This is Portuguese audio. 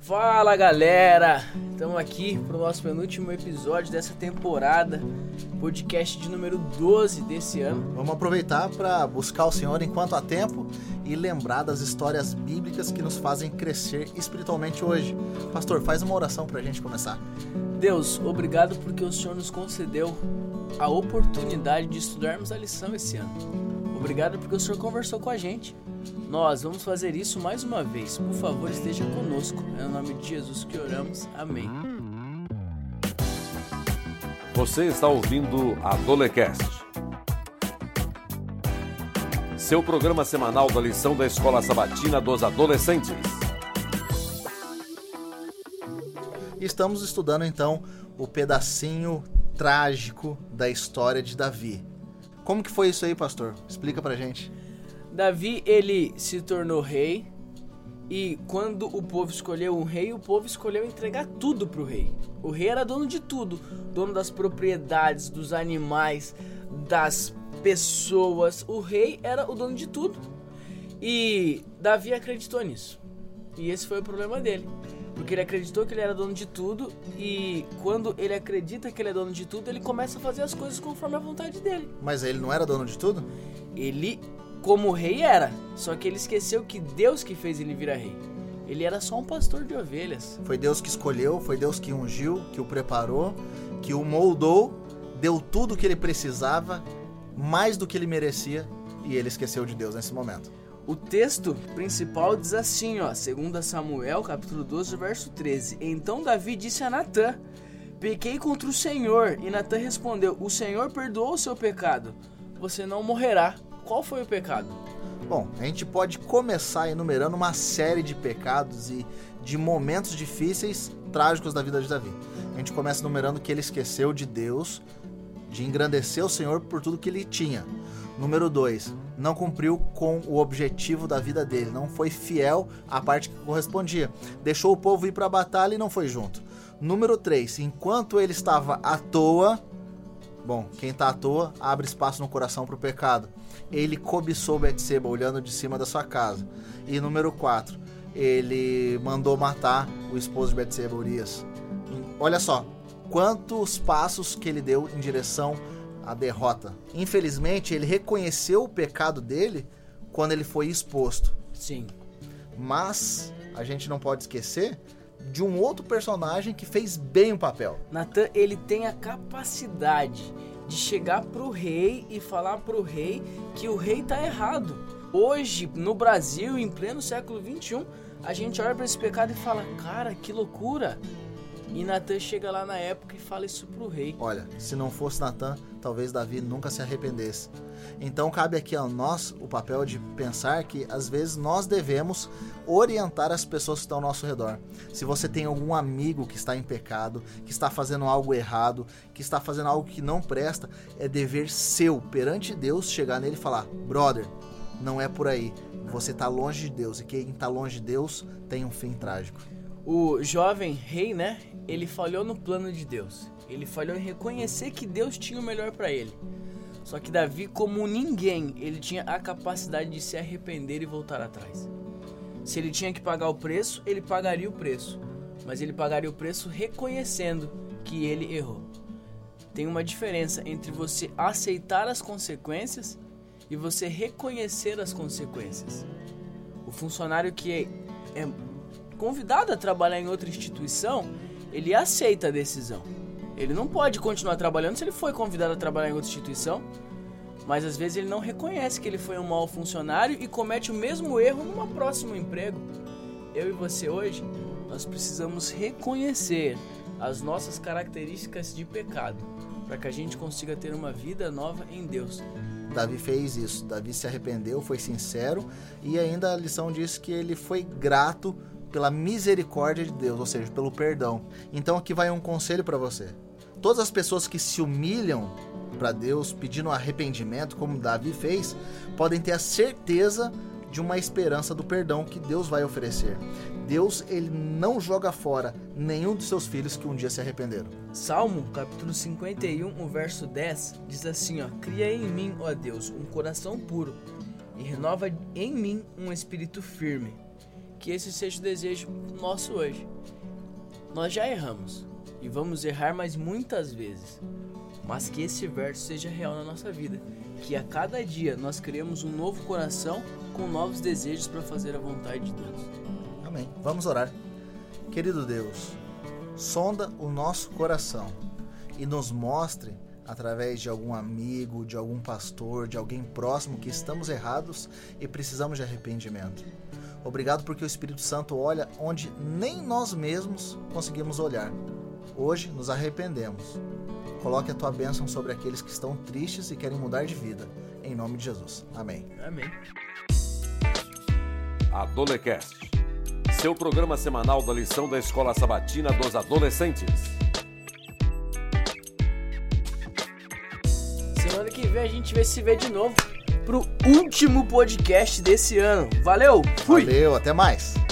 Fala galera, estamos aqui para o nosso penúltimo episódio dessa temporada, podcast de número 12 desse ano. Vamos aproveitar para buscar o Senhor enquanto há tempo e lembrar das histórias bíblicas que nos fazem crescer espiritualmente hoje. Pastor, faz uma oração para a gente começar. Deus, obrigado porque o Senhor nos concedeu a oportunidade de estudarmos a lição esse ano. Obrigado porque o Senhor conversou com a gente. Nós vamos fazer isso mais uma vez. Por favor, esteja conosco. É no nome de Jesus que oramos. Amém. Você está ouvindo a Adolecast, seu programa semanal da lição da Escola Sabatina dos Adolescentes. Estamos estudando então o pedacinho trágico da história de Davi. Como que foi isso aí, pastor? Explica pra gente. Davi, ele se tornou rei, e quando o povo escolheu um rei, o povo escolheu entregar tudo pro rei. O rei era dono de tudo, dono das propriedades, dos animais, das pessoas. O rei era o dono de tudo. E Davi acreditou nisso. E esse foi o problema dele. Porque ele acreditou que ele era dono de tudo, e quando ele acredita que ele é dono de tudo, ele começa a fazer as coisas conforme a vontade dele. Mas ele não era dono de tudo? Ele, como rei, era. Só que ele esqueceu que Deus que fez ele virar rei. Ele era só um pastor de ovelhas. Foi Deus que escolheu, foi Deus que ungiu, que o preparou, que o moldou, deu tudo o que ele precisava, mais do que ele merecia, e ele esqueceu de Deus nesse momento. O texto principal diz assim, 2 Samuel, capítulo 12, verso 13. Então Davi disse a Natã: pequei contra o Senhor. E Natã respondeu: o Senhor perdoou o seu pecado. Você não morrerá. Qual foi o pecado? Bom, a gente pode começar enumerando uma série de pecados e de momentos difíceis, trágicos da vida de Davi. A gente começa enumerando que ele esqueceu de Deus, de engrandecer o Senhor por tudo que ele tinha. Número 2, não cumpriu com o objetivo da vida dele, não foi fiel à parte que correspondia. Deixou o povo ir para a batalha e não foi junto. Número 3, enquanto ele estava à toa, quem está à toa abre espaço no coração para o pecado. Ele cobiçou Betseba olhando de cima da sua casa. E número 4, ele mandou matar o esposo de Betseba, Urias. Olha só, quantos passos que ele deu em direção a derrota. Infelizmente, ele reconheceu o pecado dele quando ele foi exposto. Sim. Mas a gente não pode esquecer de um outro personagem que fez bem o papel. Natã, ele tem a capacidade de chegar pro rei e falar pro rei que o rei tá errado. Hoje, no Brasil, em pleno século XXI, a gente olha para esse pecado e fala: cara, que loucura. E Natã chega lá na época e fala isso pro rei. Olha, se não fosse Natã, talvez Davi nunca se arrependesse. Então cabe aqui a nós o papel de pensar que às vezes nós devemos orientar as pessoas que estão ao nosso redor. Se você tem algum amigo que está em pecado, que está fazendo algo errado, que está fazendo algo que não presta, é dever seu perante Deus chegar nele e falar: brother, não é por aí, você está longe de Deus, e quem está longe de Deus tem um fim trágico. O jovem rei, ele falhou no plano de Deus. Ele falhou em reconhecer que Deus tinha o melhor para ele. Só que Davi, como ninguém, ele tinha a capacidade de se arrepender e voltar atrás. Se ele tinha que pagar o preço, ele pagaria o preço. Mas ele pagaria o preço reconhecendo que ele errou. Tem uma diferença entre você aceitar as consequências e você reconhecer as consequências. O funcionário que é convidado a trabalhar em outra instituição, ele aceita a decisão. Ele não pode continuar trabalhando se ele foi convidado a trabalhar em outra instituição, mas às vezes ele não reconhece que ele foi um mau funcionário e comete o mesmo erro num próximo emprego. Eu e você hoje, nós precisamos reconhecer as nossas características de pecado, para que a gente consiga ter uma vida nova em Deus. Davi fez isso, Davi se arrependeu, foi sincero, e ainda a lição diz que ele foi grato pela misericórdia de Deus, ou seja, pelo perdão. Então aqui vai um conselho para você. Todas as pessoas que se humilham para Deus, pedindo arrependimento, como Davi fez, podem ter a certeza de uma esperança do perdão que Deus vai oferecer. Deus, ele não joga fora nenhum dos seus filhos que um dia se arrependeram. Salmo, capítulo 51, o verso 10, diz assim, cria em mim, ó Deus, um coração puro, e renova em mim um espírito firme. que esse seja o desejo nosso hoje. Nós já erramos e vamos errar mais muitas vezes, mas que esse verso seja real na nossa vida, que a cada dia nós criamos um novo coração com novos desejos para fazer a vontade de Deus. Amém. Vamos orar. Querido Deus, sonda o nosso coração e nos mostre, através de algum amigo, de algum pastor, de alguém próximo, que estamos errados e precisamos de arrependimento. Obrigado porque o Espírito Santo olha onde nem nós mesmos conseguimos olhar. Hoje nos arrependemos. Coloque a tua bênção sobre aqueles que estão tristes e querem mudar de vida. Em nome de Jesus. Amém. Amém. Adolecast, seu programa semanal da lição da Escola Sabatina dos Adolescentes. Semana que vem a gente vai se ver de novo pro último podcast desse ano. Valeu! Fui! Valeu, até mais!